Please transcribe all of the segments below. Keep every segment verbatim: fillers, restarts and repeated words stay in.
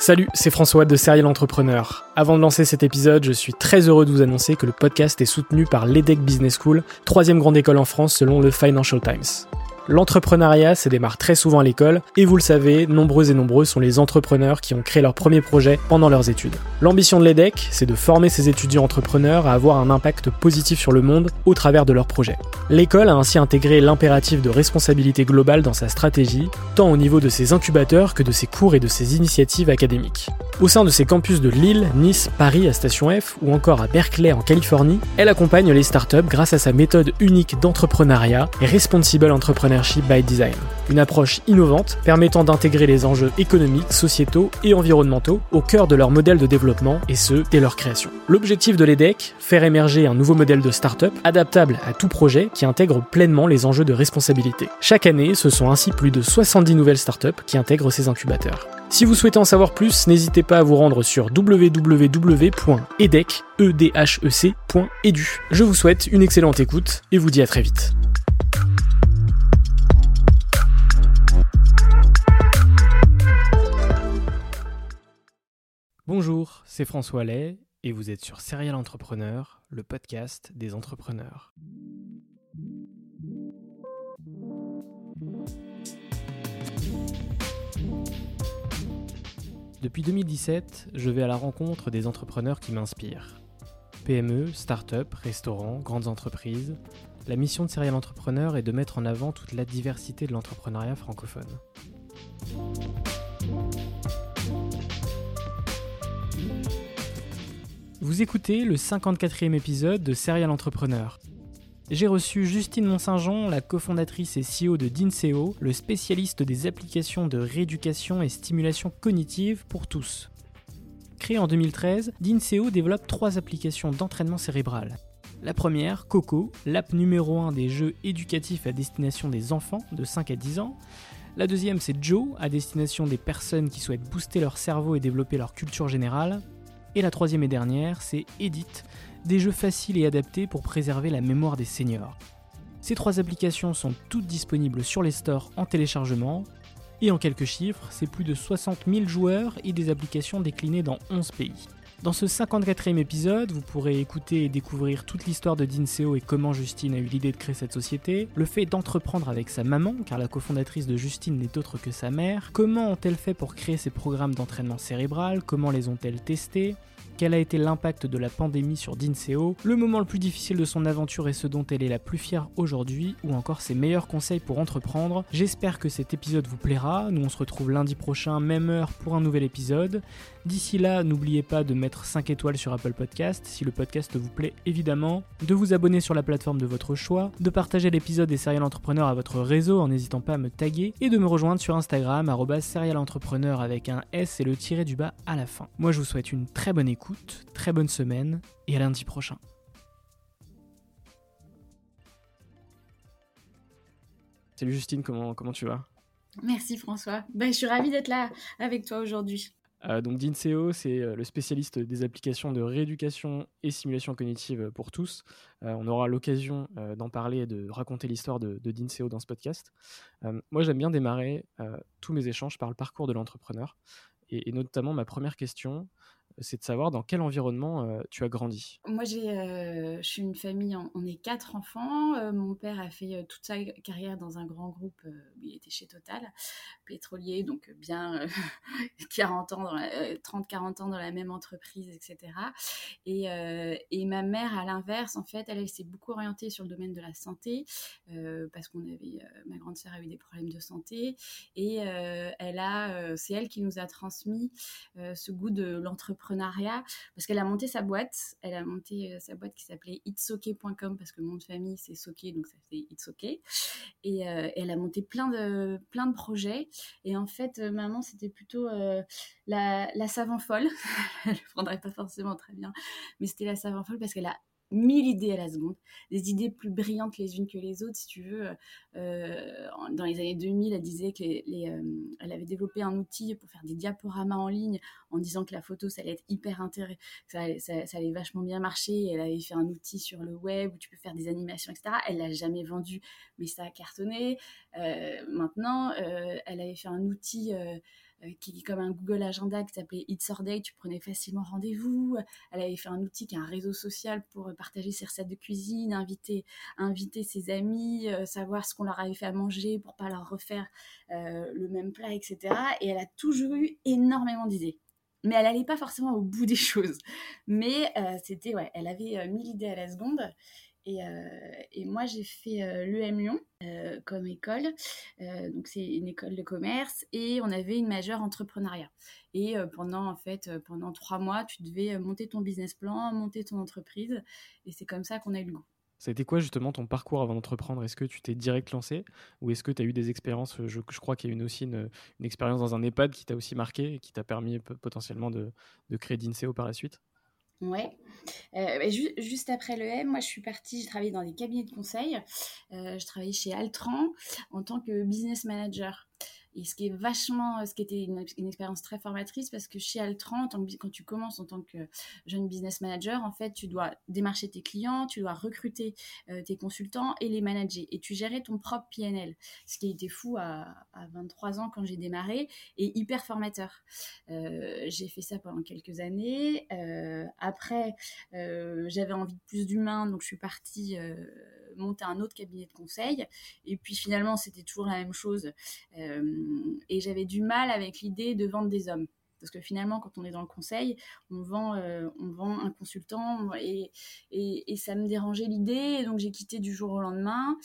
Salut, c'est François de Serial Entrepreneur. Avant de lancer cet épisode, je suis très heureux de vous annoncer que le podcast est soutenu par l'E D E C Business School, troisième grande école en France selon le Financial Times. L'entrepreneuriat, ça démarre très souvent à l'école, et vous le savez, nombreux et nombreux sont les entrepreneurs qui ont créé leur premier projet pendant leurs études. L'ambition de l'E D E C, c'est de former ces étudiants entrepreneurs à avoir un impact positif sur le monde au travers de leurs projets. L'école a ainsi intégré l'impératif de responsabilité globale dans sa stratégie, tant au niveau de ses incubateurs que de ses cours et de ses initiatives académiques. Au sein de ses campus de Lille, Nice, Paris à Station F ou encore à Berkeley en Californie, elle accompagne les startups grâce à sa méthode unique d'entrepreneuriat et Responsible Entrepreneurship by Design. Une approche innovante permettant d'intégrer les enjeux économiques, sociétaux et environnementaux au cœur de leur modèle de développement et ce, dès leur création. L'objectif de l'E D E C, faire émerger un nouveau modèle de start-up adaptable à tout projet qui intègre pleinement les enjeux de responsabilité. Chaque année, ce sont ainsi plus de soixante-dix nouvelles startups qui intègrent ces incubateurs. Si vous souhaitez en savoir plus, n'hésitez pas à vous rendre sur w w w point edec point e d u. Je vous souhaite une excellente écoute et vous dis à très vite. Bonjour, c'est François Lay et vous êtes sur Serial Entrepreneur, le podcast des entrepreneurs. Depuis deux mille dix-sept, je vais à la rencontre des entrepreneurs qui m'inspirent. P M E, start-up, restaurants, grandes entreprises. La mission de Serial Entrepreneur est de mettre en avant toute la diversité de l'entrepreneuriat francophone. Vous écoutez le cinquante-quatrième épisode de Serial Entrepreneur. J'ai reçu Justine Mont-Saint-Jean, la cofondatrice et C E O de Dinseo, le spécialiste des applications de rééducation et stimulation cognitive pour tous. Créé en deux mille treize, Dinseo développe trois applications d'entraînement cérébral. La première, Coco, l'app numéro un des jeux éducatifs à destination des enfants de cinq à dix ans. La deuxième, c'est Joe, à destination des personnes qui souhaitent booster leur cerveau et développer leur culture générale. Et la troisième et dernière, c'est Edit, des jeux faciles et adaptés pour préserver la mémoire des seniors. Ces trois applications sont toutes disponibles sur les stores en téléchargement, et en quelques chiffres, c'est plus de soixante mille joueurs et des applications déclinées dans onze pays. Dans ce cinquante-quatrième épisode, vous pourrez écouter et découvrir toute l'histoire de Dinseo et comment Justine a eu l'idée de créer cette société, le fait d'entreprendre avec sa maman, car la cofondatrice de Justine n'est autre que sa mère, comment ont-elles fait pour créer ces programmes d'entraînement cérébral, comment les ont-elles testés, quel a été l'impact de la pandémie sur Dinseo, le moment le plus difficile de son aventure et ce dont elle est la plus fière aujourd'hui, ou encore ses meilleurs conseils pour entreprendre. J'espère que cet épisode vous plaira. Nous on se retrouve lundi prochain, même heure, pour un nouvel épisode. D'ici là, n'oubliez pas de mettre cinq étoiles sur Apple Podcast, si le podcast vous plaît évidemment, de vous abonner sur la plateforme de votre choix, de partager l'épisode des Serial Entrepreneurs à votre réseau en n'hésitant pas à me taguer, et de me rejoindre sur Instagram, arobase serial entrepreneur avec un S et le tiré du bas à la fin. Moi je vous souhaite une très bonne écoute. Écoute, très bonne semaine et à lundi prochain. Salut Justine, comment, comment tu vas ? Merci François, ben, je suis ravie d'être là avec toi aujourd'hui. Euh, donc Dinseo, c'est le spécialiste des applications de rééducation et simulation cognitive pour tous. Euh, on aura l'occasion euh, d'en parler et de raconter l'histoire de, de Dinseo dans ce podcast. Euh, moi j'aime bien démarrer euh, tous mes échanges par le parcours de l'entrepreneur et, et notamment ma première question, c'est de savoir dans quel environnement euh, tu as grandi. Moi, j'ai, euh, je suis une famille, on, on est quatre enfants. Euh, mon père a fait euh, toute sa carrière dans un grand groupe. Euh, il était chez Total, pétrolier, donc bien euh, quarante ans, dans la, euh, trente quarante ans dans la même entreprise, et cetera. Et, euh, et ma mère, à l'inverse, en fait, elle, elle s'est beaucoup orientée sur le domaine de la santé euh, parce qu'on avait, euh, ma grande sœur a eu des problèmes de santé et euh, elle a, euh, c'est elle qui nous a transmis euh, ce goût de l'entrepreneuriat. Parce qu'elle a monté sa boîte, elle a monté euh, sa boîte qui s'appelait its ok point com parce que le nom de famille c'est Soké, donc ça fait It's Ok. Et euh, elle a monté plein de, plein de projets. Et en fait, euh, maman, c'était plutôt euh, la, la savant folle. Elle ne le prendrait pas forcément très bien, mais c'était la savant folle parce qu'elle a mille idées à la seconde, des idées plus brillantes les unes que les autres, si tu veux. Euh, dans les années deux mille, elle disait que les, les, euh, elle avait développé un outil pour faire des diaporamas en ligne en disant que la photo, ça allait être hyper intéressant, ça, allait, ça, ça allait vachement bien marcher. Elle avait fait un outil sur le web où tu peux faire des animations, et cetera. Elle l'a jamais vendu, mais ça a cartonné. Euh, maintenant, euh, elle avait fait un outil... Euh, euh, qui est comme un Google Agenda qui s'appelait It's Your Day, tu prenais facilement rendez-vous. Elle avait fait un outil qui est un réseau social pour partager ses recettes de cuisine, inviter, inviter ses amis, euh, savoir ce qu'on leur avait fait à manger pour pas leur refaire euh, le même plat, et cetera. Et elle a toujours eu énormément d'idées. Mais elle n'allait pas forcément au bout des choses. Mais euh, c'était, ouais, elle avait euh, mille idées à la seconde. Et, euh, et moi, j'ai fait euh, l'E M Lyon euh, comme école. Euh, donc, c'est une école de commerce. Et on avait une majeure entrepreneuriat. Et euh, pendant, en fait, euh, pendant trois mois, tu devais monter ton business plan, monter ton entreprise. Et c'est comme ça qu'on a eu le goût. Ça a été quoi justement ton parcours avant d'entreprendre? Est-ce que tu t'es direct lancé ou est-ce que tu as eu des expériences? Je, je crois qu'il y a eu une, aussi une, une expérience dans un EHPAD qui t'a aussi marqué et qui t'a permis p- potentiellement de, de créer Dinseo par la suite. Ouais. Euh, bah, ju- juste après l'E M, moi je suis partie, j'ai travaillé dans des cabinets de conseil. Euh, je travaillais chez Altran en tant que business manager. Et ce qui est vachement, ce qui était une, une expérience très formatrice parce que chez Altran, en tant que, quand tu commences en tant que jeune business manager, en fait, tu dois démarcher tes clients, tu dois recruter euh, tes consultants et les manager. Et tu gérais ton propre P N L, ce qui était fou à, à vingt-trois ans quand j'ai démarré et hyper formateur. Euh, j'ai fait ça pendant quelques années. Euh, après, euh, j'avais envie de plus d'humain, donc je suis partie euh, monter un autre cabinet de conseil. Et puis finalement, c'était toujours la même chose. Euh, et j'avais du mal avec l'idée de vendre des hommes. Parce que finalement, quand on est dans le conseil, on vend, euh, on vend un consultant et, et, et ça me dérangeait l'idée. Et donc, j'ai quitté du jour au lendemain.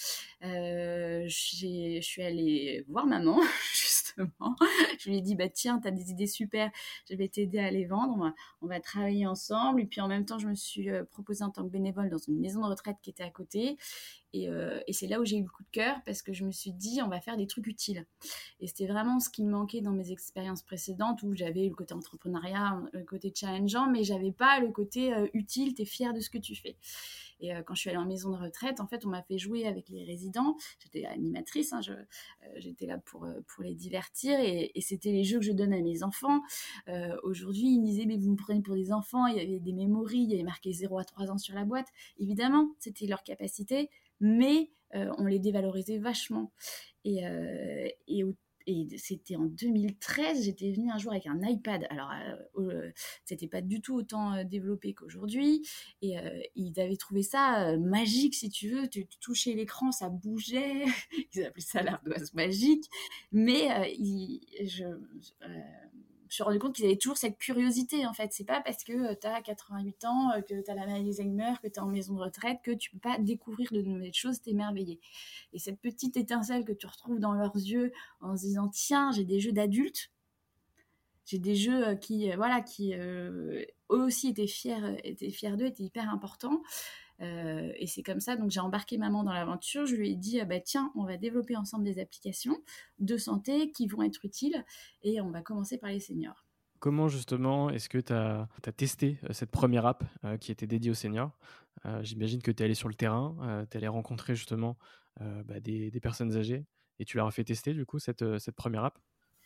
Euh, j'ai, je suis allée voir maman, justement. Je lui ai dit, bah, tiens, tu as des idées super, je vais t'aider à les vendre. On va, on va travailler ensemble. Et puis, en même temps, je me suis euh, proposée en tant que bénévole dans une maison de retraite qui était à côté. Et, euh, et c'est là où j'ai eu le coup de cœur parce que je me suis dit, on va faire des trucs utiles. Et c'était vraiment ce qui me manquait dans mes expériences précédentes où j'avais le côté entrepreneuriat, le côté challengeant, mais j'avais pas le côté euh, utile, t'es fier de ce que tu fais. Et euh, quand je suis allée en maison de retraite, en fait, on m'a fait jouer avec les résidents. J'étais animatrice, hein, je, euh, j'étais là pour, euh, pour les divertir et, et c'était les jeux que je donne à mes enfants. Euh, aujourd'hui, ils me disaient, mais vous me prenez pour des enfants, il y avait des mémories, il y avait marqué zéro à trois ans sur la boîte. Évidemment, c'était leur capacité, mais euh, on les dévalorisait vachement. Et, euh, et, et c'était en deux mille treize, j'étais venue un jour avec un iPad. Alors, euh, c'était pas du tout autant euh, développé qu'aujourd'hui. Et euh, ils avaient trouvé ça euh, magique, si tu veux. Tu, tu touchais l'écran, ça bougeait. Ils appelaient ça l'ardoise magique. Mais euh, ils, je... Euh, je me suis rendu compte qu'ils avaient toujours cette curiosité, en fait. C'est pas parce que tu as quatre-vingt-huit ans, que tu as la maladie d'Alzheimer, que tu es en maison de retraite, que tu peux pas découvrir de nouvelles choses, t'émerveiller. Et cette petite étincelle que tu retrouves dans leurs yeux en se disant, tiens, j'ai des jeux d'adultes, j'ai des jeux qui, euh, voilà, qui euh, eux aussi étaient fiers, étaient fiers d'eux, étaient hyper importants. Euh, et c'est comme ça, donc j'ai embarqué maman dans l'aventure. Je lui ai dit, ah bah, tiens, on va développer ensemble des applications de santé qui vont être utiles et on va commencer par les seniors. Comment justement est-ce que tu as testé euh, cette première app euh, qui était dédiée aux seniors? euh, J'imagine que tu es allé sur le terrain, euh, tu es allé rencontrer justement euh, bah, des, des personnes âgées et tu leur as fait tester du coup cette, euh, cette première app.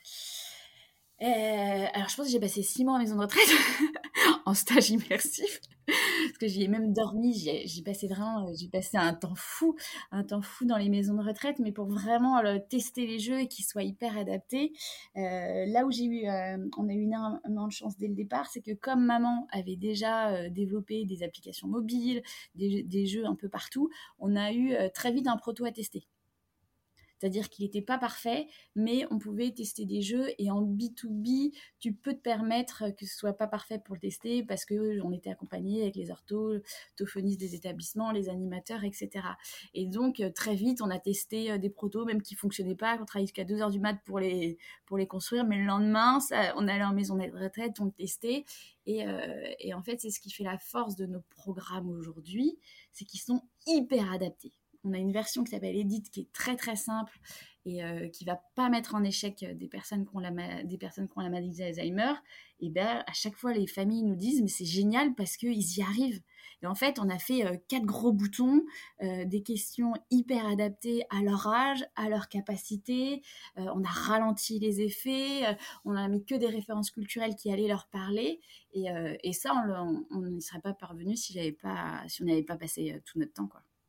Euh, alors je pense que j'ai passé six mois en maison de retraite en stage immersif parce que j'y ai même dormi, j'y j'ai passé vraiment, j'ai passé un temps fou, un temps fou dans les maisons de retraite, mais pour vraiment euh, tester les jeux et qu'ils soient hyper adaptés. Euh, là où j'ai eu, euh, on a eu énormément de chance dès le départ, c'est que comme maman avait déjà euh, développé des applications mobiles, des, des jeux un peu partout, on a eu euh, très vite un proto à tester. C'est-à-dire qu'il n'était pas parfait, mais on pouvait tester des jeux et en B deux B, tu peux te permettre que ce soit pas parfait pour le tester parce qu'on était accompagné avec les orthophonistes des établissements, les animateurs, et cetera. Et donc, très vite, on a testé des protos, même qui ne fonctionnaient pas, on travaillait jusqu'à deux heures du mat pour les, pour les construire, mais le lendemain, ça, on allait en maison de retraite, on le testait. Et, euh, et en fait, c'est ce qui fait la force de nos programmes aujourd'hui, c'est qu'ils sont hyper adaptés. On a une version qui s'appelle Edit qui est très très simple et euh, qui va pas mettre en échec des personnes qui ont la, des personnes qui ont la maladie d'Alzheimer. Et ben à chaque fois les familles nous disent mais c'est génial parce qu'ils y arrivent. Et en fait on a fait euh, quatre gros boutons, euh, des questions hyper adaptées à leur âge, à leur capacité. Euh, on a ralenti les effets, euh, on a mis que des références culturelles qui allaient leur parler. Et, euh, et ça on n'y serait pas parvenu si, j'avais pas, si on n'avait pas passé euh, tout notre temps quoi.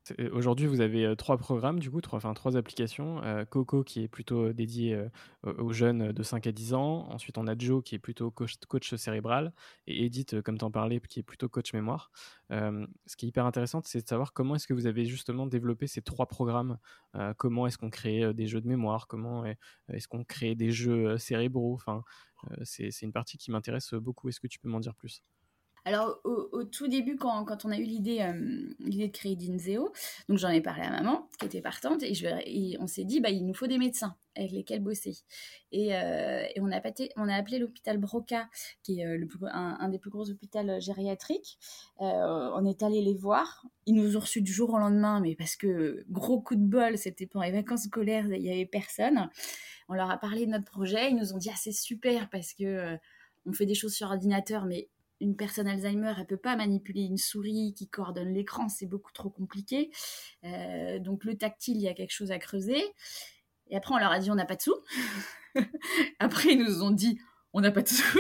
Aujourd'hui, vous avez euh, trois programmes, du coup, trois, enfin, trois applications. Euh, Coco, qui est plutôt euh, dédié euh, aux jeunes de cinq à dix ans. Ensuite, on a Joe, qui est plutôt coach, coach cérébral. Et Edith, euh, comme tu en parlais, qui est plutôt coach mémoire. Euh, ce qui est hyper intéressant, c'est de savoir comment est-ce que vous avez justement développé ces trois programmes. Euh, comment est-ce qu'on crée euh, des jeux de mémoire? Comment est- est-ce qu'on crée des jeux euh, cérébraux? Enfin, euh, c'est, c'est une partie qui m'intéresse beaucoup. Est-ce que tu peux m'en dire plus? Alors, au, au tout début, quand, quand on a eu l'idée, euh, l'idée de créer Dinzeo, donc j'en ai parlé à maman, qui était partante, et, je, et on s'est dit, bah, il nous faut des médecins avec lesquels bosser. Et, euh, et on, a pâté, on a appelé l'hôpital Broca, qui est euh, le plus, un, un des plus gros hôpitaux gériatriques. Euh, on est allé les voir. Ils nous ont reçus du jour au lendemain, mais parce que, gros coup de bol, c'était pendant les vacances scolaires, il n'y avait personne. On leur a parlé de notre projet, ils nous ont dit, ah, c'est super, parce que euh, on fait des choses sur ordinateur, mais une personne Alzheimer, elle peut pas manipuler une souris qui coordonne l'écran, c'est beaucoup trop compliqué. Euh, donc le tactile, il y a quelque chose à creuser. Et après, on leur a dit, on n'a pas de sous. Après, ils nous ont dit, on n'a pas de sous.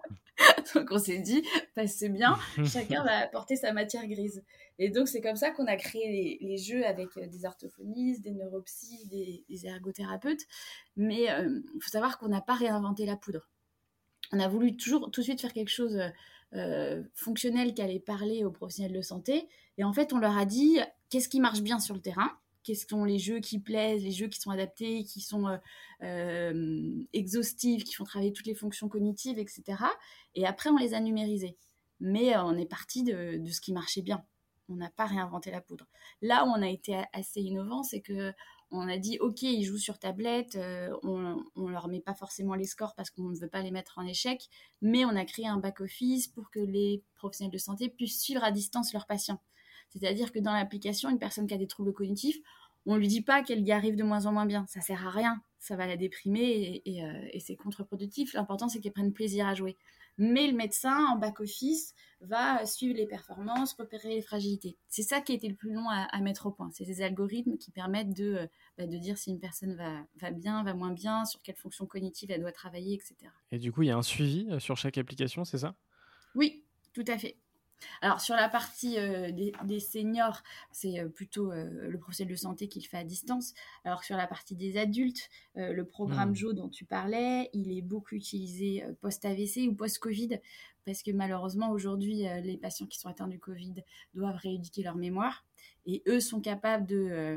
Donc on s'est dit, bah, c'est bien, chacun va apporter sa matière grise. Et donc c'est comme ça qu'on a créé les, les jeux avec des orthophonistes, des neuropsies, des, des ergothérapeutes. Mais il euh, faut savoir qu'on n'a pas réinventé la poudre. On a voulu toujours tout de suite faire quelque chose euh, fonctionnel qui allait parler aux professionnels de santé. Et en fait, on leur a dit qu'est-ce qui marche bien sur le terrain, quels sont les jeux qui plaisent, les jeux qui sont adaptés, qui sont euh, euh, exhaustifs, qui font travailler toutes les fonctions cognitives, et cetera. Et après, on les a numérisés. Mais euh, on est parti de, de ce qui marchait bien. On n'a pas réinventé la poudre. Là où on a été assez innovant, c'est que on a dit ok, ils jouent sur tablette, euh, on, on leur met pas forcément les scores parce qu'on ne veut pas les mettre en échec, mais on a créé un back-office pour que les professionnels de santé puissent suivre à distance leurs patients. C'est-à-dire que dans l'application, une personne qui a des troubles cognitifs, on lui dit pas qu'elle y arrive de moins en moins bien, ça sert à rien, ça va la déprimer et, et, euh, et c'est contre-productif. L'important c'est qu'elle prenne plaisir à jouer. Mais le médecin en back-office va suivre les performances, repérer les fragilités. C'est ça qui a été le plus long à, à mettre au point. C'est ces algorithmes qui permettent de, euh, bah, de dire si une personne va, va bien, va moins bien, sur quelle fonction cognitive elle doit travailler, et cetera. Et du coup, il y a un suivi sur chaque application, c'est ça? Oui, tout à fait. Alors, sur la partie euh, des, des seniors, c'est euh, plutôt euh, le professionnel de santé qui le fait à distance. Alors, sur la partie des adultes, euh, le programme Mmh. Joe dont tu parlais, il est beaucoup utilisé euh, post-A V C ou post-Covid, parce que malheureusement, aujourd'hui, euh, les patients qui sont atteints du Covid doivent rééduquer leur mémoire. Et eux sont capables de, euh,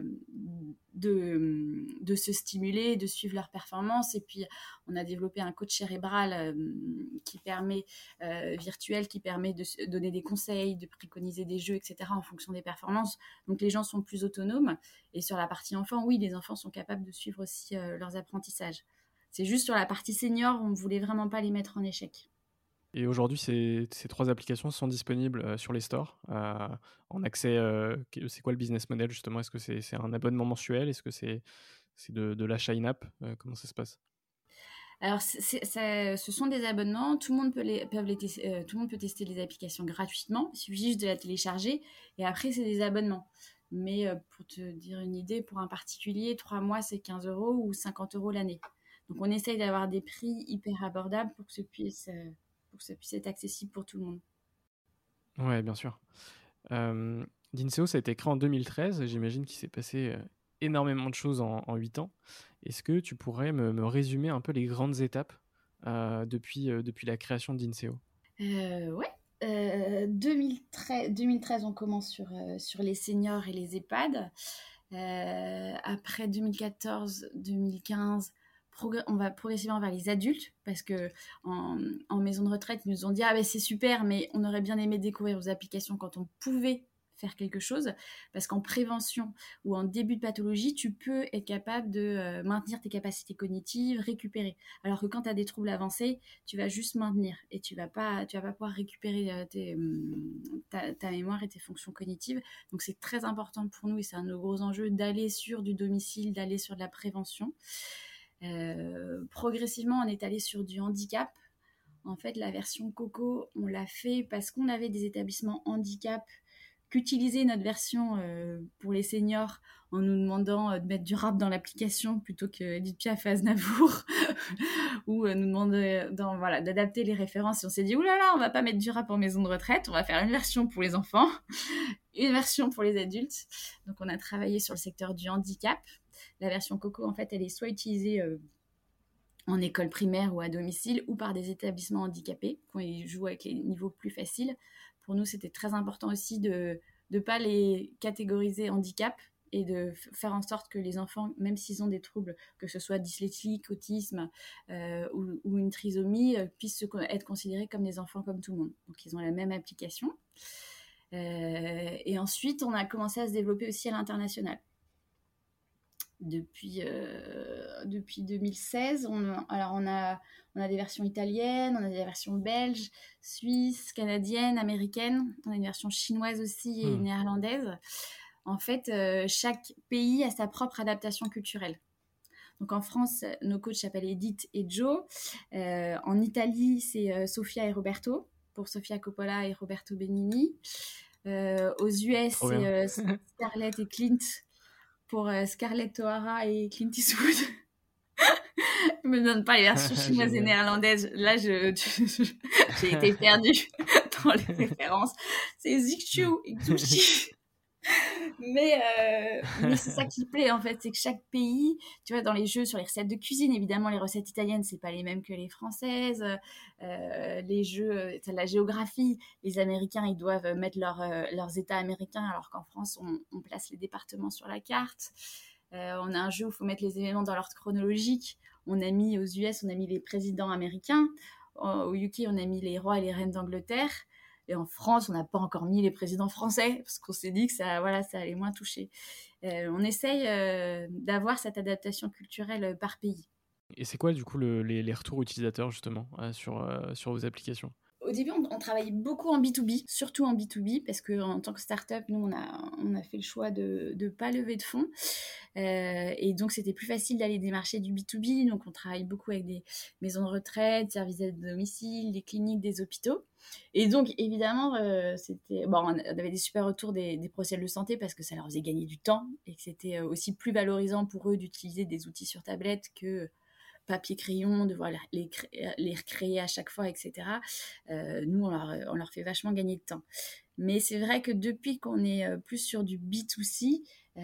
de, de se stimuler, de suivre leur performance. Et puis, on a développé un coach cérébral euh, qui permet, euh, virtuel, qui permet de donner des conseils, de préconiser des jeux, et cetera en fonction des performances. Donc, les gens sont plus autonomes. Et sur la partie enfant, oui, les enfants sont capables de suivre aussi euh, leurs apprentissages. C'est juste sur la partie senior, on ne voulait vraiment pas les mettre en échec. Et aujourd'hui, ces, ces trois applications sont disponibles euh, sur les stores euh, en accès. Euh, c'est quoi le business model justement? Est-ce que c'est, c'est un abonnement mensuel? Est-ce que c'est, c'est de, de l'achat in-app? euh, Comment ça se passe? Alors, c'est, c'est, ce sont des abonnements. Tout le monde peut, les, peuvent les tes- euh, tout le monde peut tester les applications gratuitement. Il suffit juste de la télécharger. Et après, c'est des abonnements. Mais euh, pour te dire une idée, pour un particulier, trois mois, c'est quinze euros ou cinquante euros l'année. Donc, on essaye d'avoir des prix hyper abordables pour que ce puisse, euh, pour que ça puisse être accessible pour tout le monde. Ouais, bien sûr. Euh, Dinseo, ça a été créé en deux mille treize. J'imagine qu'il s'est passé euh, énormément de choses en, en huit ans. Est-ce que tu pourrais me, me résumer un peu les grandes étapes euh, depuis, euh, depuis la création de Dinseo? Euh, ouais. Euh, deux mille treize, deux mille treize, on commence sur, euh, sur les seniors et les EHPAD. Euh, après deux mille quatorze, deux mille quinze, progr- on va progressivement vers les adultes parce que en, en maison de retraite, ils nous ont dit ah ben c'est super, mais on aurait bien aimé découvrir vos applications quand on pouvait faire quelque chose parce qu'en prévention ou en début de pathologie, tu peux être capable de euh, maintenir tes capacités cognitives, récupérer. Alors que quand tu as des troubles avancés, tu vas juste maintenir et tu vas pas, tu vas pas pouvoir récupérer euh, tes, ta, ta mémoire et tes fonctions cognitives. Donc c'est très important pour nous et c'est un de nos gros enjeux d'aller sur du domicile, d'aller sur de la prévention. Euh, progressivement, on est allé sur du handicap. En fait, la version Coco, on l'a fait parce qu'on avait des établissements handicap qu'utiliser notre version euh, pour les seniors en nous demandant euh, de mettre du rap dans l'application plutôt que Edith Piaf et Aznavour ou euh, nous demander dans, voilà, d'adapter les références. Et on s'est dit, oulala, on va pas mettre du rap en maison de retraite, on va faire une version pour les enfants. une version pour les adultes. Donc, on a travaillé sur le secteur du handicap. La version Coco, en fait, elle est soit utilisée euh, en école primaire ou à domicile, ou par des établissements handicapés, quand ils jouent avec les niveaux plus faciles. Pour nous, c'était très important aussi de ne pas les catégoriser handicap et de f- faire en sorte que les enfants, même s'ils ont des troubles, que ce soit dyslexique, autisme euh, ou, ou une trisomie, euh, puissent se, être considérés comme des enfants comme tout le monde. Donc, ils ont la même application. Euh, et ensuite, on a commencé à se développer aussi à l'international. Depuis, euh, depuis deux mille seize, on, alors on a, on a des versions italiennes, on a des versions belges, suisses, canadiennes, américaines, on a une version chinoise aussi et Hmm. néerlandaise. En fait, euh, chaque pays a sa propre adaptation culturelle. Donc en France, nos coachs s'appellent Edith et Joe. Euh, en Italie, c'est euh, Sofia et Roberto, pour Sofia Coppola et Roberto Benigni. Euh, aux U S, Trop c'est bien. euh, Scarlett et Clint, pour euh, Scarlett O'Hara et Clint Eastwood. Je me donne pas les versions chinoises et Génial. néerlandaises. Là, je, je- je- j'ai été perdue dans les références. C'est Zixu et Xuxi. Mais, euh, mais c'est ça qui plaît en fait, c'est que chaque pays, tu vois, dans les jeux sur les recettes de cuisine, évidemment, les recettes italiennes, c'est pas les mêmes que les françaises. Euh, les jeux, c'est la géographie. Les Américains, ils doivent mettre leur, euh, leurs États américains, alors qu'en France, on, on place les départements sur la carte. Euh, on a un jeu où il faut mettre les événements dans l'ordre chronologique. On a mis aux U S, on a mis les présidents américains. Au U K, on a mis les rois et les reines d'Angleterre. Et en France, on n'a pas encore mis les présidents français parce qu'on s'est dit que ça, voilà, ça allait moins toucher. Euh, on essaye euh, d'avoir cette adaptation culturelle par pays. Et c'est quoi du coup le- les, les retours utilisateurs justement euh, sur, euh, sur vos applications? Au début, on, on travaillait beaucoup en B deux B, surtout en B deux B, parce qu'en tant que start-up, nous, on a, on a fait le choix de ne pas lever de fonds. Euh, et donc, c'était plus facile d'aller démarcher du B deux B. Donc, on travaille beaucoup avec des maisons de retraite, services d'aide à domicile, des cliniques, des hôpitaux. Et donc, évidemment, euh, c'était, bon, on avait des super retours des, des professionnels de santé parce que ça leur faisait gagner du temps et que c'était aussi plus valorisant pour eux d'utiliser des outils sur tablette que papier crayon, devoir les, les recréer à chaque fois, et cetera. Euh, nous, on leur, on leur fait vachement gagner de temps. Mais c'est vrai que depuis qu'on est plus sur du B deux C,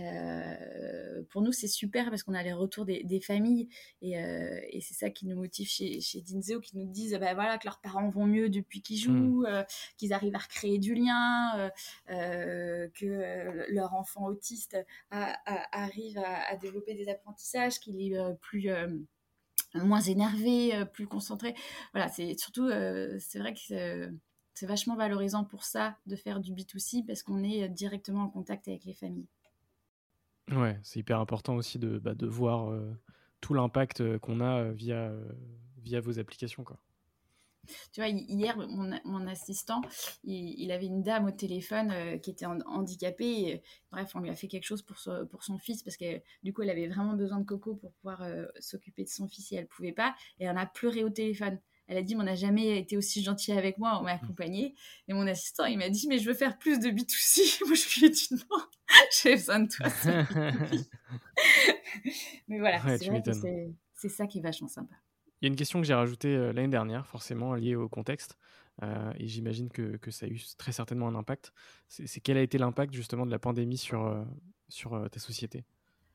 euh, pour nous, c'est super parce qu'on a les retours des, des familles et, euh, et c'est ça qui nous motive chez, chez Dinzeo, qui nous disent bah, voilà, que leurs parents vont mieux depuis qu'ils jouent, mmh. euh, qu'ils arrivent à recréer du lien, euh, euh, que euh, leur enfant autiste a, a, arrive à, à développer des apprentissages, qu'il est euh, plus... Euh, moins énervé, euh, plus concentré. Voilà, c'est surtout, euh, c'est vrai que c'est, c'est vachement valorisant pour ça de faire du B deux C parce qu'on est directement en contact avec les familles. Ouais, c'est hyper important aussi de, bah, de voir euh, tout l'impact qu'on a via, euh, via vos applications, quoi. Tu vois, hier, mon, mon assistant, il, il avait une dame au téléphone euh, qui était en, handicapée. Et, bref, on lui a fait quelque chose pour, so, pour son fils parce que du coup, elle avait vraiment besoin de Coco pour pouvoir euh, s'occuper de son fils et elle ne pouvait pas. Et elle en a pleuré au téléphone. Elle a dit, mais on n'a jamais été aussi gentil avec moi, on m'a accompagnée. Et mon assistant, il m'a dit, mais je veux faire plus de B deux C. Moi, je lui ai dit, non, j'ai besoin de toi sur B deux B. Mais voilà, Ouais, c'est tu vrai que m'étonnes. c'est, c'est ça qui est vachement sympa. Il y a une question que j'ai rajoutée euh, l'année dernière, forcément liée au contexte, euh, et j'imagine que, que ça a eu très certainement un impact. C'est, c'est quel a été l'impact justement de la pandémie sur, euh, sur euh, ta société?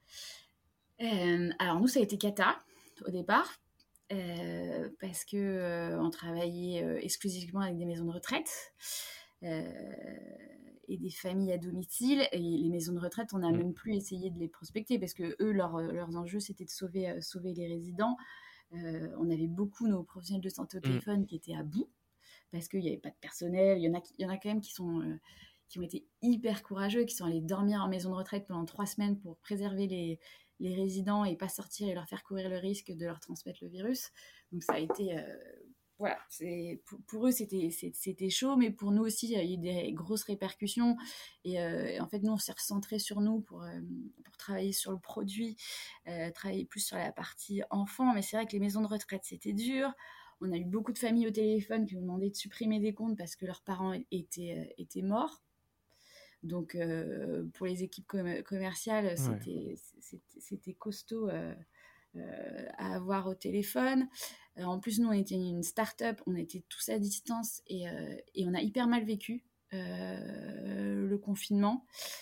euh, Alors nous, ça a été cata au départ. Euh, parce que euh, on travaillait euh, exclusivement avec des maisons de retraite euh, et des familles à domicile. Et les maisons de retraite, on n'a mmh. même plus essayé de les prospecter parce que eux, leur, leurs enjeux, c'était de sauver, euh, sauver les résidents. Euh, on avait beaucoup nos professionnels de santé au téléphone mmh. qui étaient à bout parce qu'il n'y avait pas de personnel. Il y en a, il y en a quand même qui sont euh, qui ont été hyper courageux, qui sont allés dormir en maison de retraite pendant trois semaines pour préserver les, les résidents et pas sortir et leur faire courir le risque de leur transmettre le virus. Donc ça a été... Euh, voilà, c'est, pour, pour eux c'était, c'était chaud, mais pour nous aussi il y a eu des grosses répercussions et, euh, et en fait nous on s'est recentré sur nous pour, euh, pour travailler sur le produit, euh, travailler plus sur la partie enfant, mais c'est vrai que les maisons de retraite c'était dur. On a eu beaucoup de familles au téléphone qui nous demandaient de supprimer des comptes parce que leurs parents étaient, euh, étaient morts. Donc, euh, pour les équipes com- commerciales, c'était, ouais. c'était, c'était costaud euh, euh, à avoir au téléphone. Euh, en plus, nous, on était une start-up, on était tous à distance et, euh, et on a hyper mal vécu euh, le confinement.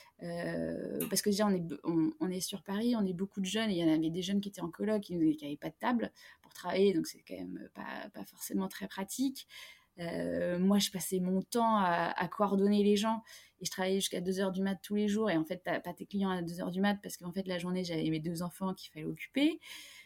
Euh, parce que déjà, on est, on, on est sur Paris, on est beaucoup de jeunes, et il y en avait des jeunes qui étaient en coloc, qui n'avaient pas de table pour travailler, donc c'est quand même pas, pas forcément très pratique. Euh, moi, je passais mon temps à, à coordonner les gens, et je travaillais jusqu'à deux heures du mat tous les jours, et en fait, t'as pas tes clients à deux heures du mat, parce qu'en fait, la journée, j'avais mes deux enfants qu'il fallait occuper.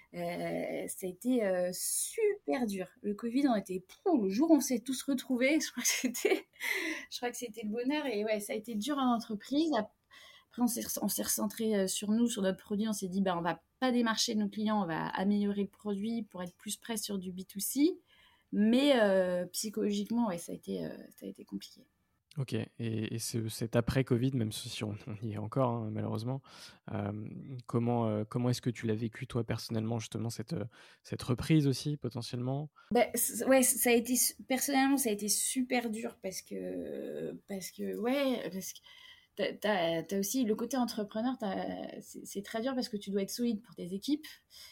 Euh, ça a été euh, super dur. Le Covid, on était pou, le jour où on s'est tous retrouvés, je crois que c'était, je crois que c'était le bonheur. Et ouais, ça a été dur en entreprise. Après, on s'est, on s'est recentré euh, sur nous, sur notre produit. On s'est dit, bah, on va pas démarcher nos clients, on va améliorer le produit pour être plus près sur du B deux C. Mais euh, psychologiquement, ouais, ça a été, euh, ça a été compliqué. Ok, et, et ce, cet après-Covid, même si on, on y est encore, hein, malheureusement, euh, comment, euh, comment est-ce que tu l'as vécu, toi, personnellement, justement, cette, cette reprise aussi, potentiellement? Bah, ouais, ça a été, personnellement, ça a été super dur parce que, parce que ouais, parce que t'as, t'as, t'as aussi le côté entrepreneur, c'est, c'est très dur parce que tu dois être solide pour tes équipes,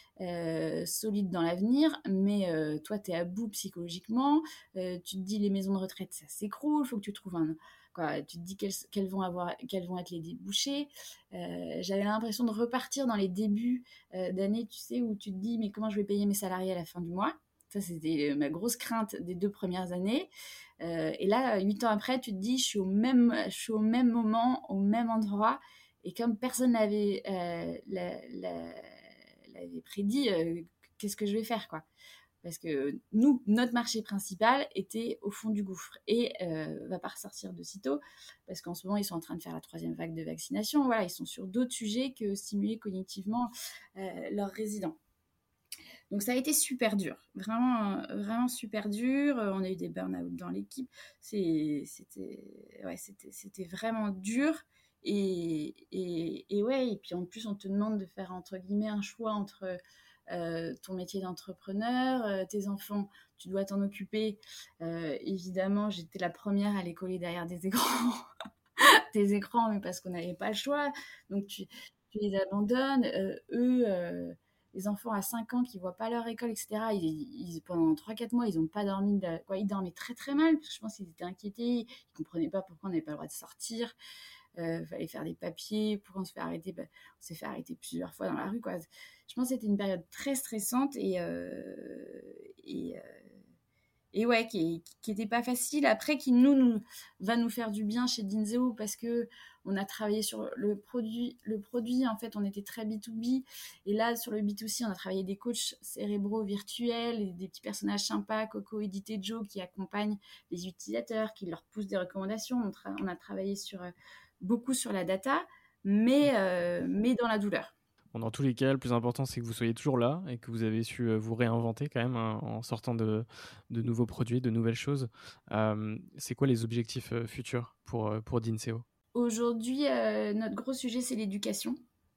euh, solide dans l'avenir, mais euh, toi, tu es à bout psychologiquement, euh, tu te dis les maisons de retraite, ça s'écroule, il faut que tu trouves un... Quoi, tu te dis quels, quels, vont avoir, quels vont être les débouchés. Euh, j'avais l'impression de repartir dans les débuts euh, d'année, tu sais, où tu te dis, mais comment je vais payer mes salariés à la fin du mois? Ça, c'était ma grosse crainte des deux premières années. Euh, et là, huit ans après, tu te dis, je suis au même, je suis au même moment, au même endroit. Et comme personne n'avait euh, la, la, l'avait prédit, euh, qu'est-ce que je vais faire, quoi? Parce que nous, notre marché principal était au fond du gouffre et euh, va pas ressortir de sitôt, parce qu'en ce moment, ils sont en train de faire la troisième vague de vaccination. Voilà, ils sont sur d'autres sujets que stimuler cognitivement euh, leurs résidents. Donc ça a été super dur, vraiment, vraiment super dur. On a eu des burn-out dans l'équipe. C'est, c'était, ouais, c'était, c'était vraiment dur. Et, et, et ouais, et puis en plus, on te demande de faire entre guillemets un choix entre euh, ton métier d'entrepreneur, euh, tes enfants, tu dois t'en occuper. Euh, évidemment, j'étais la première à les coller derrière des écrans, des écrans, mais parce qu'on n'avait pas le choix. Donc tu, tu les abandonnes. Euh, eux. Euh, les enfants à cinq ans qui ne voient pas leur école, et cetera, ils, ils, pendant trois quatre mois, ils n'ont pas dormi. De, quoi, ils dormaient très très mal, parce que je pense qu'ils étaient inquiétés. Ils ne comprenaient pas pourquoi on n'avait pas le droit de sortir. Il euh, fallait faire des papiers. Pourquoi on se fait arrêter? Ben, on s'est fait arrêter plusieurs fois dans la rue, quoi. Je pense que c'était une période très stressante et, euh, et, euh, et ouais, qui, qui était pas facile. Après, qui nous, nous va nous faire du bien chez Dinzeo parce que on a travaillé sur le produit. Le produit, en fait, on était très B deux B. Et là, sur le B deux C, on a travaillé des coachs cérébraux virtuels et des petits personnages sympas, Coco, Edith et Joe, qui accompagnent les utilisateurs, qui leur poussent des recommandations. On, tra- on a travaillé sur, euh, beaucoup sur la data, mais, euh, mais dans la douleur. Bon, dans tous les cas, le plus important, c'est que vous soyez toujours là et que vous avez su vous réinventer quand même, hein, en sortant de, de nouveaux produits, de nouvelles choses. Euh, c'est quoi les objectifs euh, futurs pour, pour Dinzeo? Aujourd'hui, euh, notre gros sujet, c'est l'éducation.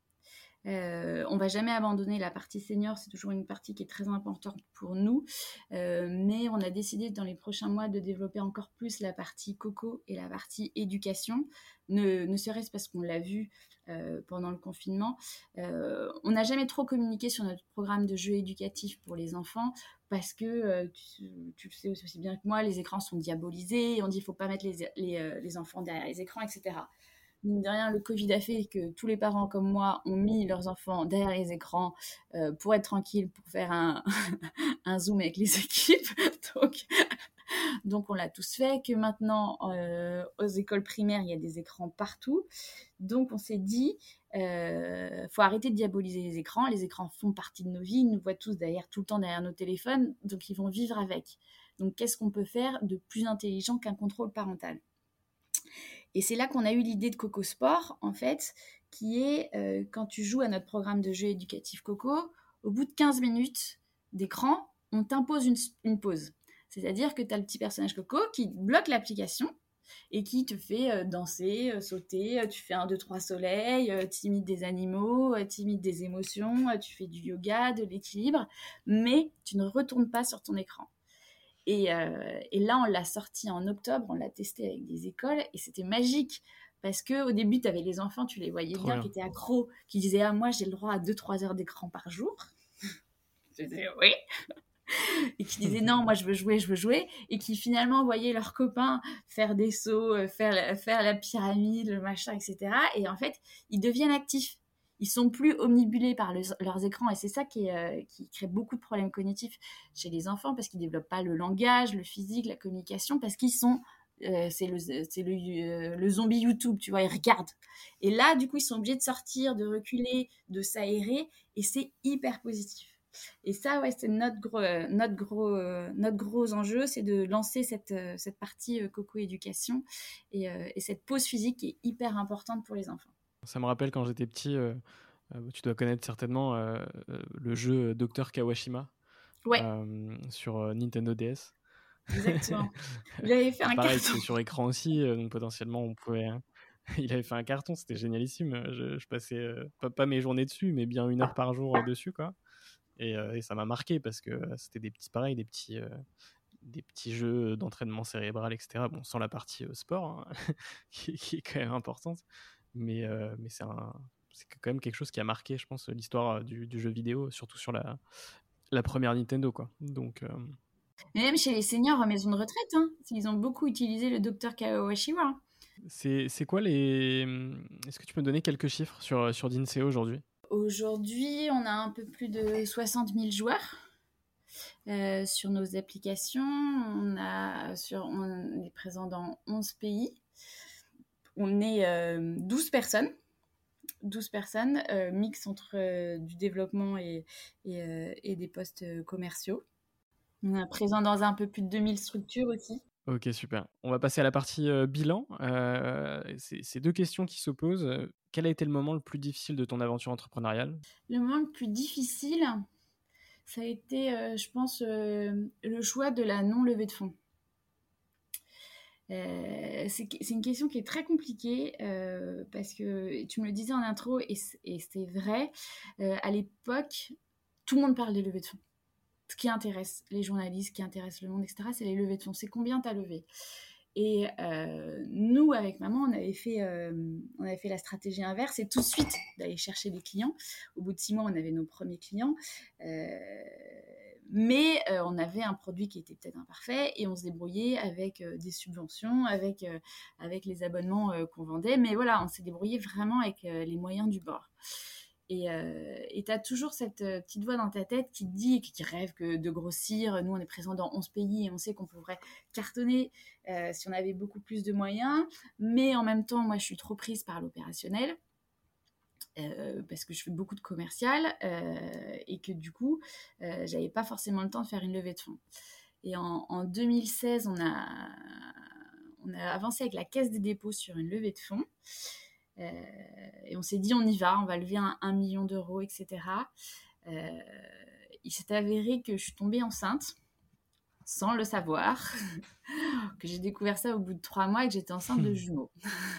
Euh, on ne va jamais abandonner la partie senior, c'est toujours une partie qui est très importante pour nous, euh, mais on a décidé dans les prochains mois de développer encore plus la partie coco et la partie éducation, ne, ne serait-ce parce qu'on l'a vu euh, pendant le confinement. Euh, on n'a jamais trop communiqué sur notre programme de jeux éducatifs pour les enfants, parce que, euh, tu, tu le sais aussi bien que moi, les écrans sont diabolisés, et on dit qu'il ne faut pas mettre les, les, euh, les enfants derrière les écrans, et cetera. Mine de rien, le Covid a fait que tous les parents comme moi ont mis leurs enfants derrière les écrans euh, pour être tranquilles, pour faire un, un zoom avec les équipes. Donc, donc on l'a tous fait. Que maintenant, euh, aux écoles primaires, il y a des écrans partout. Donc on s'est dit, euh, faut arrêter de diaboliser les écrans. Les écrans font partie de nos vies. Ils nous voient tous derrière, tout le temps derrière nos téléphones. Donc ils vont vivre avec. Donc qu'est-ce qu'on peut faire de plus intelligent qu'un contrôle parental? Et c'est là qu'on a eu l'idée de Coco Sport, en fait, qui est euh, quand tu joues à notre programme de jeu éducatif Coco, au bout de quinze minutes d'écran, on t'impose une, une pause. C'est-à-dire que tu as le petit personnage Coco qui bloque l'application et qui te fait euh, danser, euh, sauter, euh, tu fais un, deux, trois soleils, euh, tu imites des animaux, euh, tu imites des émotions, euh, tu fais du yoga, de l'équilibre, mais tu ne retournes pas sur ton écran. Et, euh, et là, on l'a sorti en octobre, on l'a testé avec des écoles et c'était magique parce qu'au début, tu avais les enfants, tu les voyais bien, bien, qui étaient accros, qui disaient « Ah, moi, j'ai le droit à deux trois heures d'écran par jour. » Je disais « Oui. » et qui disaient non, moi je veux jouer, je veux jouer, et qui finalement voyaient leurs copains faire des sauts, euh, faire la, faire la pyramide, le machin, et cetera. Et en fait, ils deviennent actifs. Ils sont plus omnibulés par le, leurs écrans, et c'est ça qui, est, euh, qui crée beaucoup de problèmes cognitifs chez les enfants, parce qu'ils développent pas le langage, le physique, la communication, parce qu'ils sont euh, c'est le, c'est le, euh, le zombie YouTube, tu vois, ils regardent. Et là, du coup, ils sont obligés de sortir, de reculer, de s'aérer, et c'est hyper positif. Et ça, ouais, c'est notre gros, euh, notre gros, euh, notre gros enjeu, c'est de lancer cette, euh, cette partie euh, coco-éducation et, euh, et cette pause physique qui est hyper importante pour les enfants. Ça me rappelle quand j'étais petit, euh, euh, tu dois connaître certainement euh, euh, le jeu Docteur Kawashima Ouais, euh, sur euh, Nintendo D S. exactement. Il avait fait un Pareil, carton. c'était sur écran aussi, euh, donc potentiellement on pouvait. Hein. Il avait fait un carton, c'était génialissime. Je, je passais euh, pas, pas mes journées dessus, mais bien une heure par jour euh, dessus, quoi. Et, euh, et ça m'a marqué parce que c'était des petits pareils, des petits, euh, des petits jeux d'entraînement cérébral, et cetera. Bon, sans la partie euh, sport, hein, qui, qui est quand même importante, mais, euh, mais c'est, un, c'est quand même quelque chose qui a marqué, je pense, l'histoire du, du jeu vidéo, surtout sur la, la première Nintendo, quoi. Donc, euh... Mais même chez les seniors en maison de retraite, hein, ils ont beaucoup utilisé le docteur Kawashima. c'est, c'est quoi les... Est-ce que tu peux me donner quelques chiffres sur, sur Dinseo aujourd'hui ? Aujourd'hui, on a un peu plus de soixante mille joueurs euh, sur nos applications. On, a sur, on est présent dans onze pays. On est euh, douze personnes. douze personnes, euh, mix entre euh, du développement et, et, euh, et des postes commerciaux. On est présent dans un peu plus de deux mille structures aussi. Ok, super. On va passer à la partie euh, bilan. Euh, c'est, c'est deux questions qui s'opposent. Quel a été le moment le plus difficile de ton aventure entrepreneuriale ? Le moment le plus difficile, ça a été, euh, je pense, euh, le choix de la non-levée de fonds. Euh, c'est, c'est une question qui est très compliquée euh, parce que tu me le disais en intro et, et c'est vrai, euh, à l'époque, tout le monde parle des levées de fonds. Ce qui intéresse les journalistes, ce qui intéresse le monde, et cetera, c'est les levées de fonds. C'est combien tu as levé ? Et euh, nous, avec maman, on avait, fait, euh, on avait fait la stratégie inverse et tout de suite d'aller chercher des clients. Au bout de six mois, on avait nos premiers clients. Euh, mais euh, on avait un produit qui était peut-être imparfait et on se débrouillait avec euh, des subventions, avec, euh, avec les abonnements euh, qu'on vendait. Mais voilà, on s'est débrouillé vraiment avec euh, les moyens du bord. Et tu as toujours cette euh, petite voix dans ta tête qui te dit, qui rêve que de grossir. Nous, on est présent dans onze pays et on sait qu'on pourrait cartonner euh, si on avait beaucoup plus de moyens. Mais en même temps, moi, je suis trop prise par l'opérationnel. Euh, parce que je fais beaucoup de commercial euh, et que du coup, euh, j'avais pas forcément le temps de faire une levée de fonds. Et en, en deux mille seize, on a, on a avancé avec la Caisse des dépôts sur une levée de fonds. Euh, et on s'est dit, on y va, on va lever un, un million d'euros, et cetera. Euh, il s'est avéré que je suis tombée enceinte, sans le savoir, que j'ai découvert ça au bout de trois mois et que j'étais enceinte de jumeaux.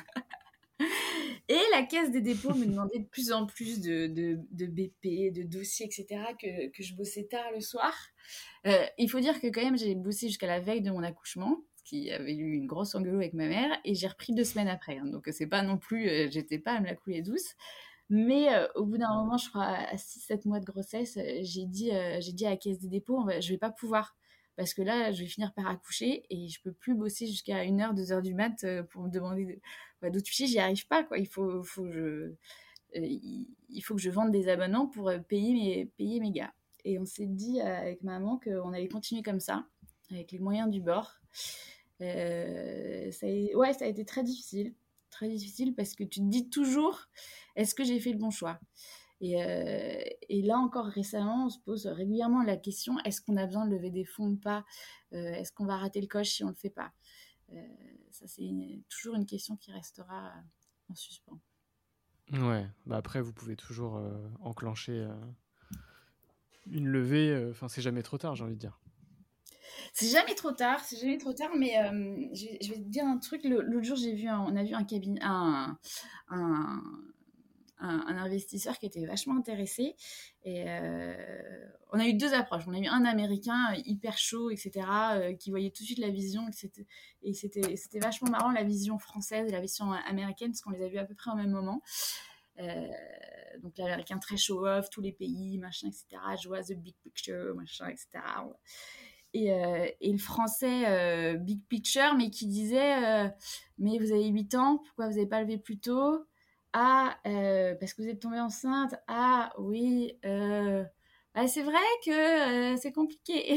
Et la Caisse des dépôts me demandait de plus en plus de, de, de B P, de dossiers, et cetera, que, que je bossais tard le soir. Euh, il faut dire que quand même, j'ai bossé jusqu'à la veille de mon accouchement, qui avait eu une grosse engueulade avec ma mère, et j'ai repris deux semaines après. Hein, donc, c'est pas non plus, euh, j'étais pas à me la couler douce. Mais euh, au bout d'un moment, je crois à six sept mois de grossesse, j'ai dit, euh, j'ai dit à la Caisse des dépôts, on va, je vais pas pouvoir. Parce que là, je vais finir par accoucher et je peux plus bosser jusqu'à une heure, deux heures du mat pour me demander de, bah, d'autres fichiers. J'y arrive pas, quoi. Il faut, faut que je, euh, il faut que je vende des abonnements pour payer mes, payer mes gars. Et on s'est dit euh, avec maman qu'on allait continuer comme ça, avec les moyens du bord. Euh, ça, a, ouais, ça a été très difficile. Très difficile parce que tu te dis toujours, est-ce que j'ai fait le bon choix ? Et, euh, et là encore récemment, on se pose régulièrement la question, est-ce qu'on a besoin de lever des fonds ou pas ? euh, Est-ce qu'on va rater le coche si on ne le fait pas ? euh, Ça, c'est une, toujours une question qui restera en suspens. Ouais, bah après, vous pouvez toujours euh, enclencher euh, une levée. Enfin, euh, c'est jamais trop tard, j'ai envie de dire. C'est jamais trop tard, c'est jamais trop tard, mais euh, je, je vais te dire un truc. Le, l'autre jour, j'ai vu, un, on a vu un cabinet, un, un, un, un investisseur qui était vachement intéressé. Et euh, on a eu deux approches. On a eu un Américain hyper chaud, et cetera, euh, qui voyait tout de suite la vision. Et c'était, et c'était, c'était vachement marrant, la vision française et la vision américaine, parce qu'on les a vus à peu près au même moment. Euh, donc l'américain très show-off, tous les pays, machin, et cetera. Je vois the big picture, machin, et cetera. Et, euh, et le français euh, big picture, mais qui disait euh, mais vous avez huit ans, pourquoi vous n'avez pas levé plus tôt? Ah, euh, parce que vous êtes tombée enceinte. Ah, oui. Euh, bah, c'est vrai que euh, c'est compliqué.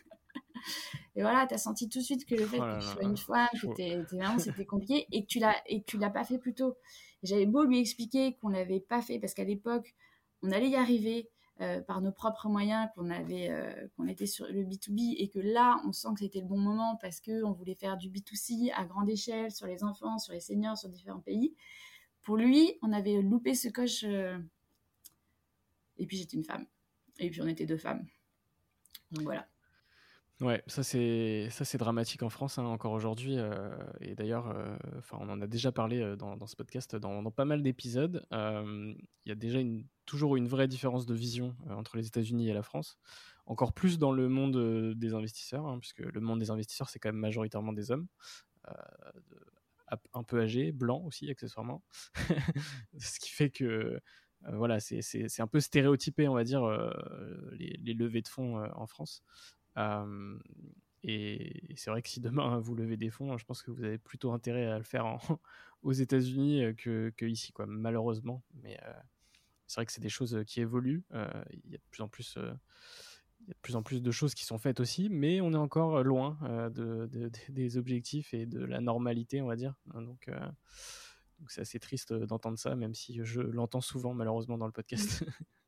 Et voilà, tu as senti tout de suite que le fait Oh que là tu là, sois une femme, que chaud. t'es, t'es maman, c'était compliqué et que tu l'as, et que tu l'as pas fait plus tôt. Et j'avais beau lui expliquer qu'on l'avait pas fait parce qu'à l'époque, on allait y arriver euh, par nos propres moyens, qu'on avait, euh, qu'on était sur le B deux B et que là, on sent que c'était le bon moment parce qu'on voulait faire du B deux C à grande échelle sur les enfants, sur les seniors, sur différents pays. Pour lui, on avait loupé ce coche. Euh... Et puis j'étais une femme. Et puis on était deux femmes. Donc voilà. Ouais, ça c'est ça c'est dramatique en France hein, encore aujourd'hui. Euh, et d'ailleurs, euh, enfin, on en a déjà parlé euh, dans, dans ce podcast, dans, dans pas mal d'épisodes. Euh, Il y a déjà une, toujours une vraie différence de vision euh, entre les États-Unis et la France. Encore plus dans le monde euh, des investisseurs, hein, puisque le monde des investisseurs c'est quand même majoritairement des hommes, euh, de- un peu âgés, blancs aussi accessoirement. Ce qui fait que euh, voilà, c'est, c'est, c'est un peu stéréotypé, on va dire, euh, les, les levées de fonds euh, en France. Euh, et c'est vrai que si demain vous levez des fonds, je pense que vous avez plutôt intérêt à le faire en, aux États-Unis que, que ici, quoi, malheureusement. Mais euh, c'est vrai que c'est des choses qui évoluent. Euh, il y a de plus en plus, euh, il y a de plus en plus de choses qui sont faites aussi, mais on est encore loin euh, de, de, de, des objectifs et de la normalité, on va dire. Donc, euh, donc c'est assez triste d'entendre ça, même si je l'entends souvent malheureusement dans le podcast.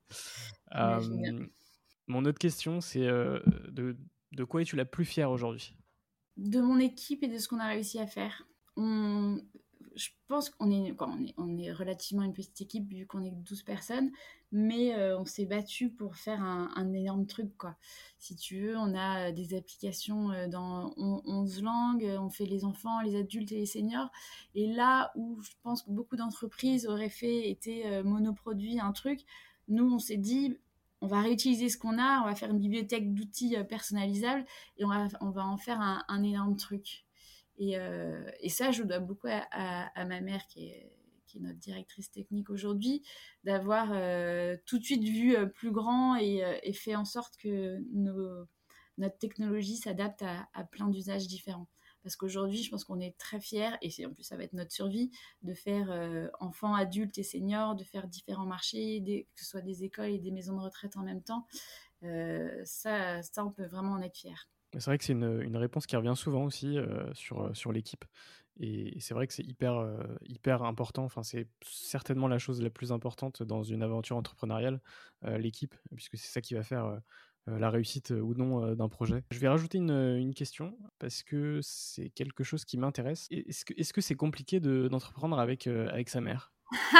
euh, mon autre question, c'est euh, de de quoi es-tu la plus fière aujourd'hui? De mon équipe et de ce qu'on a réussi à faire. On... Je pense qu'on est, quoi, on est, on est relativement une petite équipe vu qu'on est douze personnes, mais euh, on s'est battu pour faire un, un énorme truc, quoi. Si tu veux, on a des applications dans onze langues, on fait les enfants, les adultes et les seniors. Et là où je pense que beaucoup d'entreprises auraient fait, été euh, monoproduit, un truc, nous, on s'est dit, on va réutiliser ce qu'on a, on va faire une bibliothèque d'outils personnalisables et on va, on va en faire un, un énorme truc. Et, euh, et ça, je dois beaucoup à, à, à ma mère qui est, qui est notre directrice technique aujourd'hui, d'avoir euh, tout de suite vu euh, plus grand et, euh, et fait en sorte que nos, notre technologie s'adapte à, à plein d'usages différents. Parce qu'aujourd'hui, je pense qu'on est très fiers, et c'est, en plus ça va être notre survie, de faire euh, enfants, adultes et seniors, de faire différents marchés, des, que ce soit des écoles et des maisons de retraite en même temps. Euh, ça, ça, on peut vraiment en être fiers. C'est vrai que c'est une, une réponse qui revient souvent aussi euh, sur, sur l'équipe. Et c'est vrai que c'est hyper, euh, hyper important. Enfin, c'est certainement la chose la plus importante dans une aventure entrepreneuriale, euh, l'équipe, puisque c'est ça qui va faire euh, la réussite ou non euh, d'un projet. Je vais rajouter une, une question parce que c'est quelque chose qui m'intéresse. Est-ce que, est-ce que c'est compliqué de, d'entreprendre avec, euh, avec sa mère?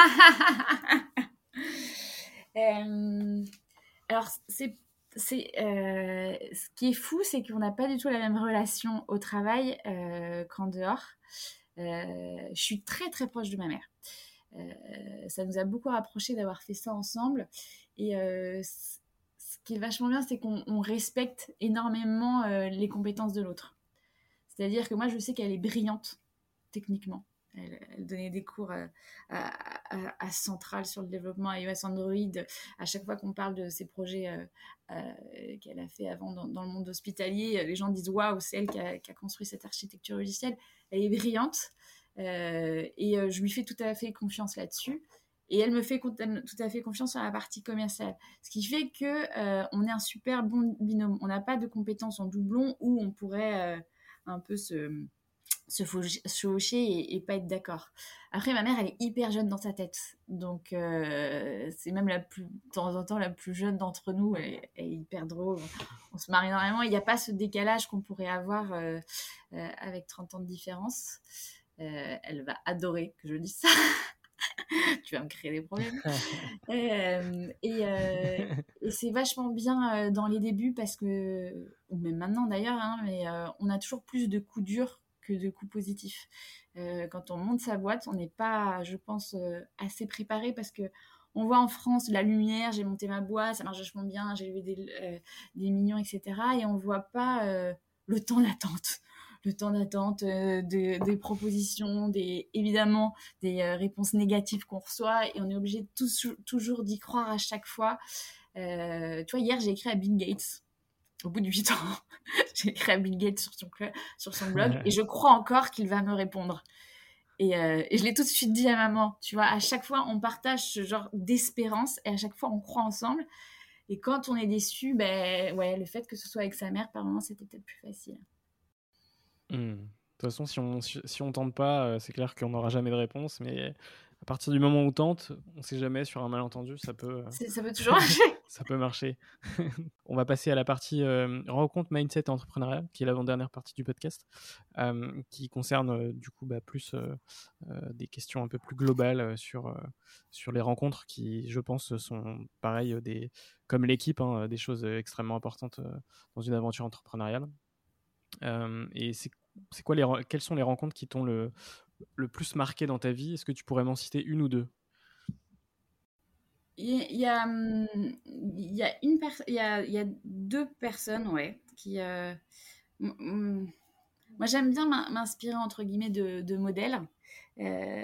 euh, alors, c'est c'est, euh, ce qui est fou, c'est qu'on n'a pas du tout la même relation au travail euh, qu'en dehors. Euh, je suis très très proche de ma mère. Euh, ça nous a beaucoup rapprochés d'avoir fait ça ensemble. Et euh, ce qui est vachement bien, c'est qu'on on respecte énormément euh, les compétences de l'autre. C'est-à-dire que moi, je sais qu'elle est brillante techniquement. Elle, elle donnait des cours à, à, à, à Centrale sur le développement iOS Android. À chaque fois qu'on parle de ses projets euh, euh, qu'elle a fait avant dans, dans le monde hospitalier, les gens disent waouh, c'est elle qui a, qui a construit cette architecture logicielle. Elle est brillante euh, et euh, je lui fais tout à fait confiance là-dessus. Et elle me fait tout à fait confiance sur la partie commerciale. Ce qui fait qu'on euh, est un super bon binôme. On n'a pas de compétences en doublon où on pourrait euh, un peu se se chevaucher et, et pas être d'accord. Après, ma mère, elle est hyper jeune dans sa tête. Donc, euh, c'est même la plus, de temps en temps la plus jeune d'entre nous. Elle est, elle est hyper drôle. On, on se marie énormément. Il n'y a pas ce décalage qu'on pourrait avoir euh, euh, avec trente ans de différence. Euh, elle va adorer que je dise ça. Tu vas me créer des problèmes. euh, et, euh, et c'est vachement bien euh, dans les débuts parce que, ou même maintenant d'ailleurs, hein, mais euh, on a toujours plus de coups durs que de coups positifs. Euh, quand on monte sa boîte, on n'est pas, je pense, euh, assez préparé parce que on voit en France la lumière, j'ai monté ma boîte, ça marche vachement bien, j'ai levé des, euh, des millions, et cetera. Et on voit pas euh, le temps d'attente. le temps d'attente, euh, de, des propositions, des, évidemment des euh, réponses négatives qu'on reçoit, et on est obligé de tous, toujours d'y croire à chaque fois. Euh, tu vois, hier, j'ai écrit à Bill Gates. Au bout de huit ans, j'ai écrit à Bill Gates sur son, sur son blog, et je crois encore qu'il va me répondre. Et, euh, et je l'ai tout de suite dit à maman, tu vois, à chaque fois, on partage ce genre d'espérance, et à chaque fois, on croit ensemble. Et quand on est déçu, ben, ouais, le fait que ce soit avec sa mère, par moments, c'était peut-être plus facile. Mmh. De toute façon, si on si, si on tente pas, euh, c'est clair qu'on n'aura jamais de réponse. Mais à partir du moment où on tente, on sait jamais, sur un malentendu, ça peut, euh, C'est, ça peut toujours marcher. ça peut marcher. On va passer à la partie euh, rencontre, mindset et entrepreneuriat, qui est l'avant-dernière partie du podcast, euh, qui concerne euh, du coup bah, plus euh, euh, des questions un peu plus globales euh, sur, euh, sur les rencontres qui, je pense, sont pareil, euh, des, comme l'équipe, hein, des choses extrêmement importantes euh, dans une aventure entrepreneuriale. Euh, et c'est, c'est quoi les, quelles sont les rencontres qui t'ont le, le plus marqué dans ta vie? Est-ce que tu pourrais m'en citer une ou deux? Il y a, hum, il y a une personne, il y a, il y a deux personnes, ouais, qui. euh, m- m- Moi, j'aime bien m'in- m'inspirer entre guillemets de, de modèles. Euh,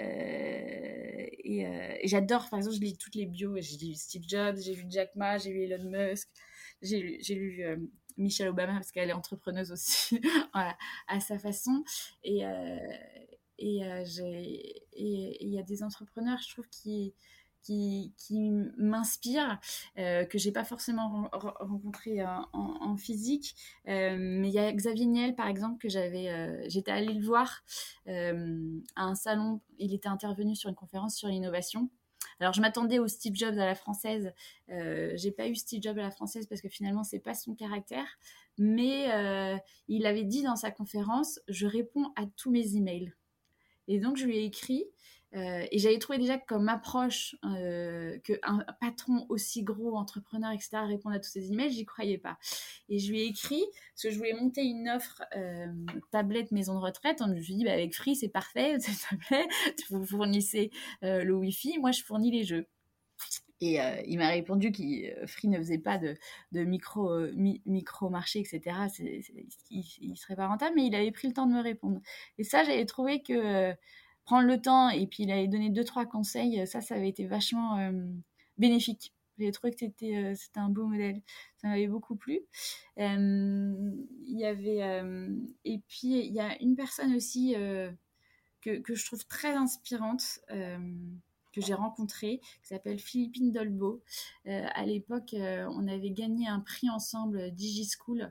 et, euh, et j'adore, par exemple, je lis toutes les bios. J'ai lu Steve Jobs, j'ai lu Jack Ma, j'ai lu Elon Musk, j'ai lu, j'ai lu euh, Michelle Obama parce qu'elle est entrepreneuse aussi voilà, à sa façon. Et euh, et euh, j'ai- et- et il y a des entrepreneurs, je trouve, qui qui, qui m'inspirent, euh, que j'ai pas forcément ren- rencontré en, en- en physique. Euh, mais il y a Xavier Niel, par exemple, que j'avais, euh, j'étais allée le voir euh, à un salon. Il était intervenu sur une conférence sur l'innovation. Alors, je m'attendais au Steve Jobs à la française. Euh, j'ai pas eu Steve Jobs à la française parce que finalement, c'est pas son caractère. Mais euh, il avait dit dans sa conférence, je réponds à tous mes emails. Et donc, je lui ai écrit. Euh, et j'avais trouvé déjà comme approche euh, qu'un patron aussi gros, entrepreneur, et cetera, répondre à tous ces emails, j'y croyais pas. Et je lui ai écrit, parce que je voulais monter une offre euh, tablette maison de retraite. Donc, je lui ai dit, bah, avec Free, c'est parfait, cette tablette, vous fournissez euh, le Wi-Fi, moi, je fournis les jeux. Et euh, il m'a répondu que euh, Free ne faisait pas de, de micro, euh, mi, micro-marché, et cetera. C'est, c'est, il ne serait pas rentable, mais il avait pris le temps de me répondre. Et ça, j'avais trouvé que euh, prendre le temps, et puis il avait donné deux, trois conseils, ça, ça avait été vachement euh, bénéfique. J'ai trouvé que c'était, euh, c'était un beau modèle. Ça m'avait beaucoup plu. Euh, il y avait, euh, et puis, il y a une personne aussi euh, que, que je trouve très inspirante. Euh, que j'ai rencontré, qui s'appelle Philippine Dolbeau. Euh, à l'époque, euh, on avait gagné un prix ensemble, DigiSchool,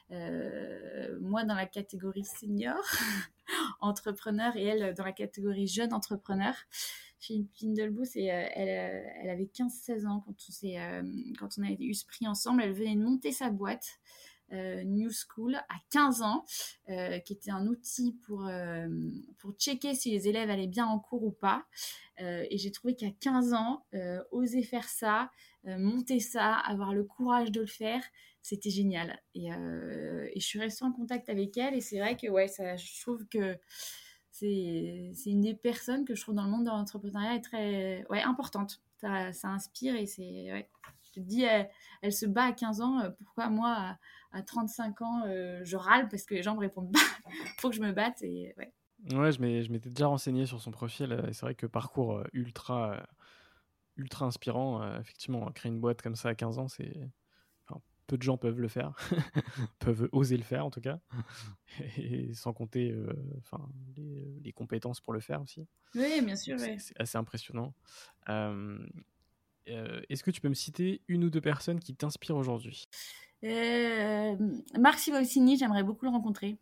euh, moi dans la catégorie senior entrepreneur et elle dans la catégorie jeune entrepreneur. Philippine Dolbeau, c'est, euh, elle, euh, elle avait quinze seize ans quand on, s'est, euh, quand on a eu ce prix ensemble. Elle venait de monter sa boîte. Euh, New School à quinze ans, euh, qui était un outil pour, euh, pour checker si les élèves allaient bien en cours ou pas. Euh, et j'ai trouvé qu'à quinze ans, euh, oser faire ça, euh, monter ça, avoir le courage de le faire, c'était génial. Et, euh, et je suis restée en contact avec elle. Et c'est vrai que ouais, ça, je trouve que c'est, c'est une des personnes que je trouve dans le monde de l'entrepreneuriat est très ouais, importante. Ça, ça inspire et c'est... Ouais. Je te dis, elle, elle se bat à quinze ans. Pourquoi moi, à, à trente-cinq ans, euh, je râle parce que les gens me répondent pas. Faut que je me batte. Et, ouais. Ouais, je, m'ai, je m'étais déjà renseigné sur son profil. Et c'est vrai que parcours euh, ultra, euh, ultra inspirant. Euh, effectivement, créer une boîte comme ça à quinze ans, c'est... Enfin, peu de gens peuvent le faire, peuvent oser le faire en tout cas, et sans compter euh, enfin, les, les compétences pour le faire aussi. Oui, bien sûr. Donc c'est, Ouais. c'est assez impressionnant. Euh, euh, est-ce que tu peux me citer une ou deux personnes qui t'inspirent aujourd'hui? Euh, Marc Simoncini, j'aimerais beaucoup le rencontrer.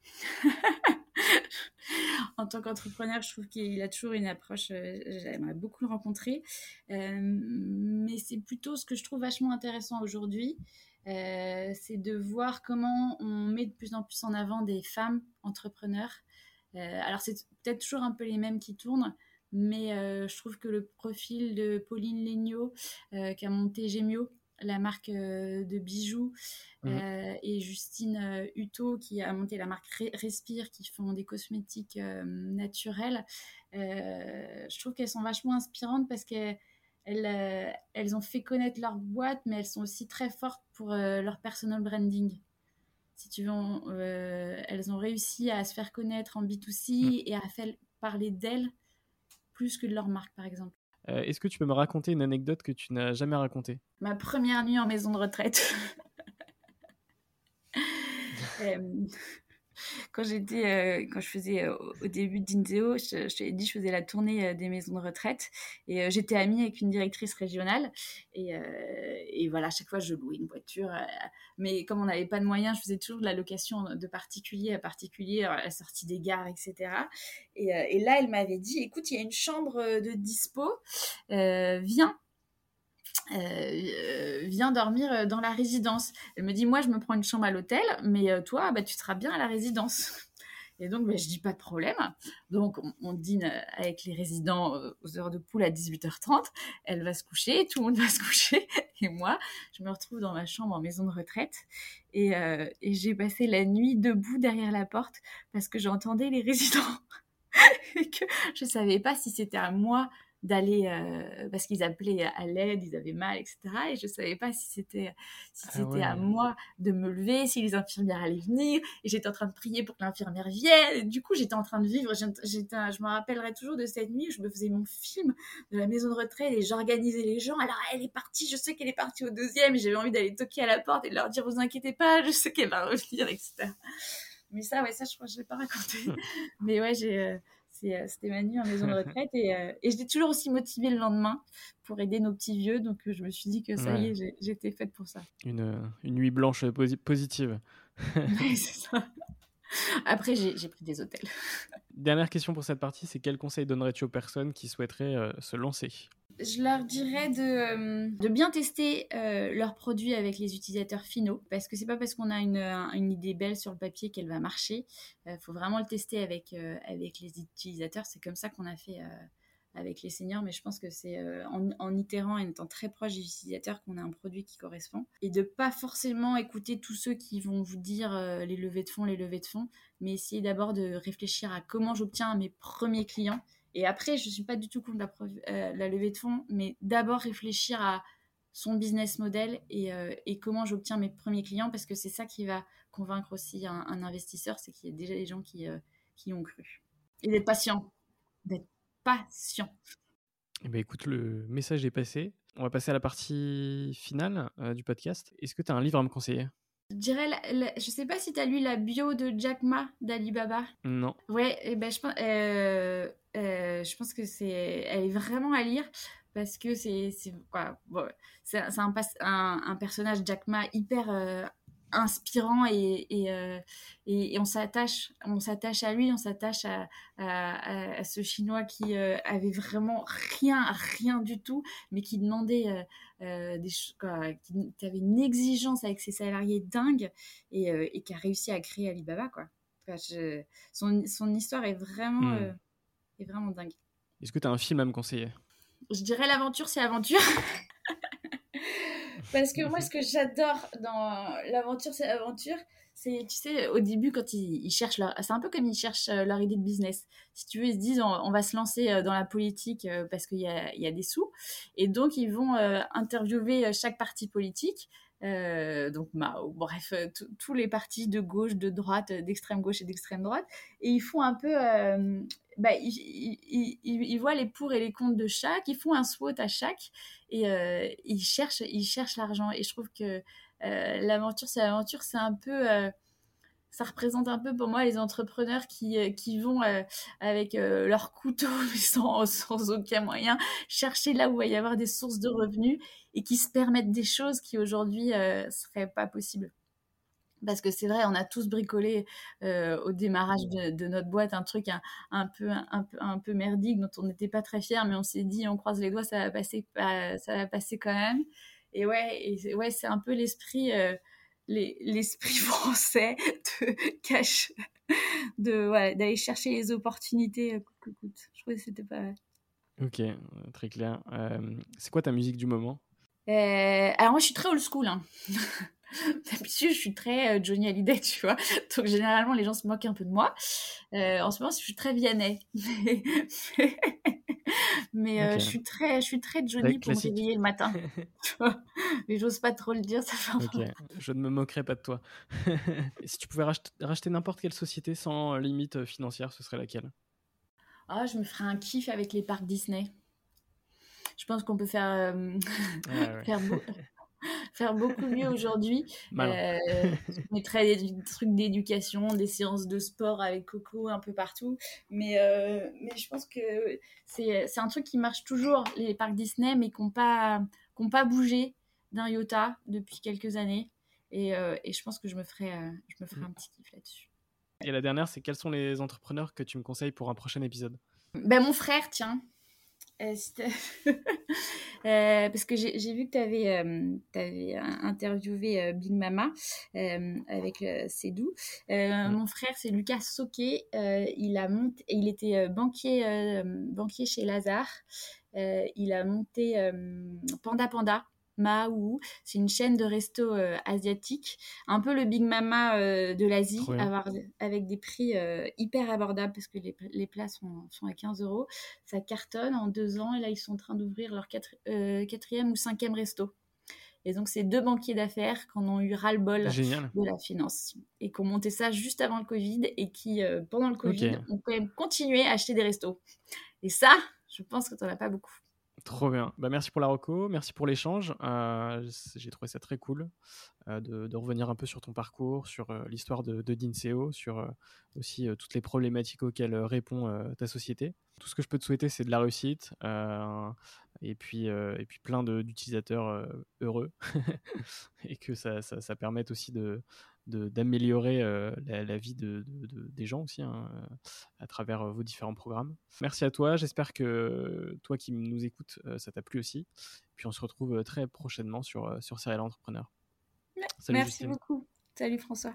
En tant qu'entrepreneur, je trouve qu'il a toujours une approche, euh, j'aimerais beaucoup le rencontrer. Euh, mais c'est plutôt ce que je trouve vachement intéressant aujourd'hui, euh, c'est de voir comment on met de plus en plus en avant des femmes entrepreneurs. Euh, alors c'est peut-être toujours un peu les mêmes qui tournent, mais euh, je trouve que le profil de Pauline Legnaud, euh, qui a monté Gemio, la marque euh, de bijoux, Mmh. euh, et Justine euh, Hutto qui a monté la marque Respire, qui font des cosmétiques euh, naturels. Euh, je trouve qu'elles sont vachement inspirantes parce qu'elles elles, euh, elles ont fait connaître leur boîte, mais elles sont aussi très fortes pour euh, leur personal branding. si tu veux, on, euh, elles ont réussi à se faire connaître en B deux C Mm. et à faire parler d'elles plus que de leur marque, par exemple. Euh, est-ce que tu peux me raconter une anecdote que tu n'as jamais racontée? Ma première nuit en maison de retraite. euh, quand j'étais, euh, quand je faisais euh, au début d'Inzeo, je, je t'avais dit, je faisais la tournée euh, des maisons de retraite et euh, j'étais amie avec une directrice régionale et, euh, et voilà, à chaque fois je louais une voiture, euh, mais comme on n'avait pas de moyens, je faisais toujours de la location de particulier à particulier à la sortie des gares, et cetera. Et, euh, et là, elle m'avait dit, écoute, il y a une chambre de dispo, euh, viens. Euh, viens dormir dans la résidence. Elle me dit, moi, je me prends une chambre à l'hôtel, mais euh, toi, bah, tu seras bien à la résidence. Et donc, bah, je dis, pas de problème. Donc, on, on dîne avec les résidents euh, aux heures de poule à dix-huit heures trente. Elle va se coucher, tout le monde va se coucher. Et moi, je me retrouve dans ma chambre en maison de retraite. Et, euh, et j'ai passé la nuit debout derrière la porte parce que j'entendais les résidents. Et que je ne savais pas si c'était à moi d'aller, euh, parce qu'ils appelaient à l'aide, ils avaient mal, et cetera. Et je ne savais pas si c'était, si Ah c'était ouais. à moi de me lever, si les infirmières allaient venir. Et j'étais en train de prier pour que l'infirmière vienne. Et du coup, j'étais en train de vivre. J'étais, je me rappellerai toujours de cette nuit où je me faisais mon film de la maison de retraite et j'organisais les gens. Alors, elle est partie, je sais qu'elle est partie au deuxième. Et j'avais envie d'aller toquer à la porte et de leur dire, vous inquiétez pas, je sais qu'elle va revenir, et cetera. Mais ça, ouais, ça, je crois que je ne l'ai pas raconté. Mais ouais, j'ai... Euh, C'est, c'était ma nuit en maison de retraite et, euh, et j'étais toujours aussi motivée le lendemain pour aider nos petits vieux, donc euh, je me suis dit que ça ouais. y est, j'ai, j'étais faite pour ça. Une, une nuit blanche posi- positive. Ouais, c'est ça. Après, j'ai, j'ai pris des hôtels. Dernière question pour cette partie, c'est quel conseil donnerais-tu aux personnes qui souhaiteraient euh, se lancer? Je leur dirais de, euh, de bien tester euh, leurs produits avec les utilisateurs finaux, parce que c'est pas parce qu'on a une, une idée belle sur le papier qu'elle va marcher. Il euh, faut vraiment le tester avec, euh, avec les utilisateurs. C'est comme ça qu'on a fait euh, avec les seniors, mais je pense que c'est euh, en, en itérant et en étant très proche des utilisateurs qu'on a un produit qui correspond. Et de pas forcément écouter tous ceux qui vont vous dire euh, les levées de fonds, les levées de fonds, mais essayer d'abord de réfléchir à comment j'obtiens mes premiers clients. Et après, je ne suis pas du tout contre la, euh, la levée de fonds, mais d'abord réfléchir à son business model et, euh, et comment j'obtiens mes premiers clients, parce que c'est ça qui va convaincre aussi un, un investisseur, c'est qu'il y a déjà des gens qui, euh, qui ont cru. Et d'être patient. D'être patient. Eh ben, écoute, le message est passé. On va passer à la partie finale euh, du podcast. Est-ce que tu as un livre à me conseiller? Je dirais, la, la, je sais pas si tu as lu la bio de Jack Ma d'Alibaba. Non. Ouais, et ben je pense, euh, euh, je pense que c'est, elle est vraiment à lire parce que c'est, c'est quoi, bon, c'est, c'est un, un, un personnage Jack Ma hyper euh, inspirant et, et, euh, et, et on s'attache, on s'attache à lui, on s'attache à, à, à ce Chinois qui euh, avait vraiment rien, rien du tout, mais qui demandait euh, euh, des quoi, qui, qui avait une exigence avec ses salariés dingue et, euh, et qui a réussi à créer Alibaba, quoi. Enfin, je, son, son histoire est vraiment, Hmm. euh, est vraiment dingue. Est-ce que tu as un film à me conseiller? Je dirais l'aventure, c'est aventure. Parce que moi, ce que j'adore dans l'aventure, c'est aventure, c'est, tu sais, au début, quand ils, ils cherchent leur... C'est un peu comme ils cherchent leur idée de business. Si tu veux, ils se disent, on, on va se lancer dans la politique parce qu'il y a, il y a des sous. Et donc, ils vont euh, interviewer chaque parti politique. Euh, donc, bah, bref, tous les partis de gauche, de droite, d'extrême gauche et d'extrême droite. Et ils font un peu... Euh, bah, ils, ils, ils, ils voient les pour et les contre de chaque. Ils font un SWOT à chaque. Et euh, ils cherchent, ils cherchent l'argent. Et je trouve que euh, l'aventure, c'est l'aventure, c'est un peu, euh, ça représente un peu pour moi les entrepreneurs qui, euh, qui vont euh, avec euh, leur couteau, mais sans, sans aucun moyen, chercher là où il va y avoir des sources de revenus et qui se permettent des choses qui aujourd'hui euh, seraient pas possibles. Parce que c'est vrai, on a tous bricolé euh, au démarrage de, de notre boîte un truc un, un, peu, un, peu, un peu merdique dont on n'était pas très fiers, mais on s'est dit, on croise les doigts, ça va passer, ça va passer quand même. Et ouais, et ouais, c'est un peu l'esprit, euh, les, l'esprit français de cash, de, ouais, d'aller chercher les opportunités coûte que coûte. Je trouvais que c'était pas mal. Ok, euh, très clair. Euh, c'est quoi ta musique du moment? euh, Alors moi, je suis très old school, hein. D'habitude, je suis très euh, Johnny Hallyday, tu vois. Donc, généralement, les gens se moquent un peu de moi. Euh, en ce moment, je suis très Vianney. mais, Mais euh, Ok. je suis très, je suis très Johnny Ouais, pour me classique. réveiller le matin. Mais j'ose pas trop le dire, ça fait un Ok, peu. je ne me moquerai pas de toi. Et si tu pouvais racheter, racheter n'importe quelle société sans limite financière, ce serait laquelle? Ah, je me ferais un kiff avec les parcs Disney. Je pense qu'on peut faire, euh, Ouais, ouais. faire, beau- faire beaucoup mieux aujourd'hui. Malin. Euh, je mettrais des, des trucs d'éducation, des séances de sport avec Coco un peu partout. Mais, euh, mais je pense que c'est, c'est un truc qui marche toujours, les parcs Disney, mais qui n'ont pas, qui ont pas bougé d'un iota depuis quelques années. Et, euh, et je pense que je me ferais, euh, je me ferais un petit kiff là-dessus. Et la dernière, c'est quels sont les entrepreneurs que tu me conseilles pour un prochain épisode? Ben, mon frère, tiens. Euh, si t'as- Euh, parce que j'ai j'ai vu que tu avais, interviewé euh, Big Mama euh, avec euh, Cédou. Euh, Mm. Mon frère, c'est Lucas Soquet. Euh, il, a monté, il était euh, banquier, euh, banquier chez Lazare. Euh, il a monté euh, Panda Panda. Maou, c'est une chaîne de resto euh, asiatique, un peu le Big Mama euh, de l'Asie, Trop bien. avoir, avec des prix euh, hyper abordables parce que les, les plats sont, sont à quinze euros. Ça cartonne en deux ans et là ils sont en train d'ouvrir leur quatre, euh, quatrième ou cinquième resto. Et donc c'est deux banquiers d'affaires qui en ont eu ras-le-bol Génial. de la finance et qui ont monté ça juste avant le Covid et qui, euh, pendant le Covid, Ok. ont quand même continué à acheter des restos. Et ça, je pense que t'en as pas beaucoup. Trop bien. Bah, merci pour la reco, merci pour l'échange. Euh, j'ai trouvé ça très cool euh, de, de revenir un peu sur ton parcours, sur euh, l'histoire de, de Dinseo, sur euh, aussi euh, toutes les problématiques auxquelles euh, répond euh, ta société. Tout ce que je peux te souhaiter, c'est de la réussite euh, et, puis, euh, et puis plein de, d'utilisateurs euh, heureux et que ça, ça, ça permette aussi de, de, d'améliorer euh, la, la vie de, de, de, des gens aussi hein, à travers euh, vos différents programmes. Merci à toi, j'espère que toi qui nous écoutes, euh, ça t'a plu aussi. Puis on se retrouve très prochainement sur, euh, sur Serial Entrepreneur. Salut Merci Justine. beaucoup. Salut François.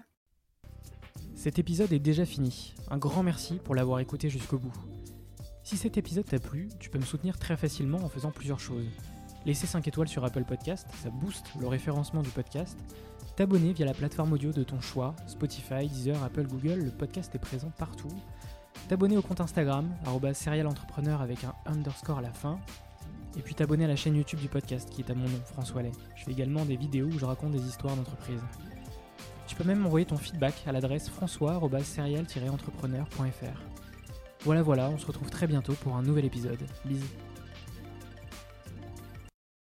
Cet épisode est déjà fini. Un grand merci pour l'avoir écouté jusqu'au bout. Si cet épisode t'a plu, tu peux me soutenir très facilement en faisant plusieurs choses. Laisser cinq étoiles sur Apple Podcast, ça booste le référencement du podcast. T'abonner via la plateforme audio de ton choix, Spotify, Deezer, Apple, Google, le podcast est présent partout. T'abonner au compte Instagram, arobase serialentrepreneur avec un underscore à la fin. Et puis t'abonner à la chaîne YouTube du podcast qui est à mon nom, François Lay. Je fais également des vidéos où je raconte des histoires d'entreprise. Tu peux même m'envoyer ton feedback à l'adresse françois arobase serial tiret entrepreneur point f r. Voilà voilà, on se retrouve très bientôt pour un nouvel épisode. Bisous.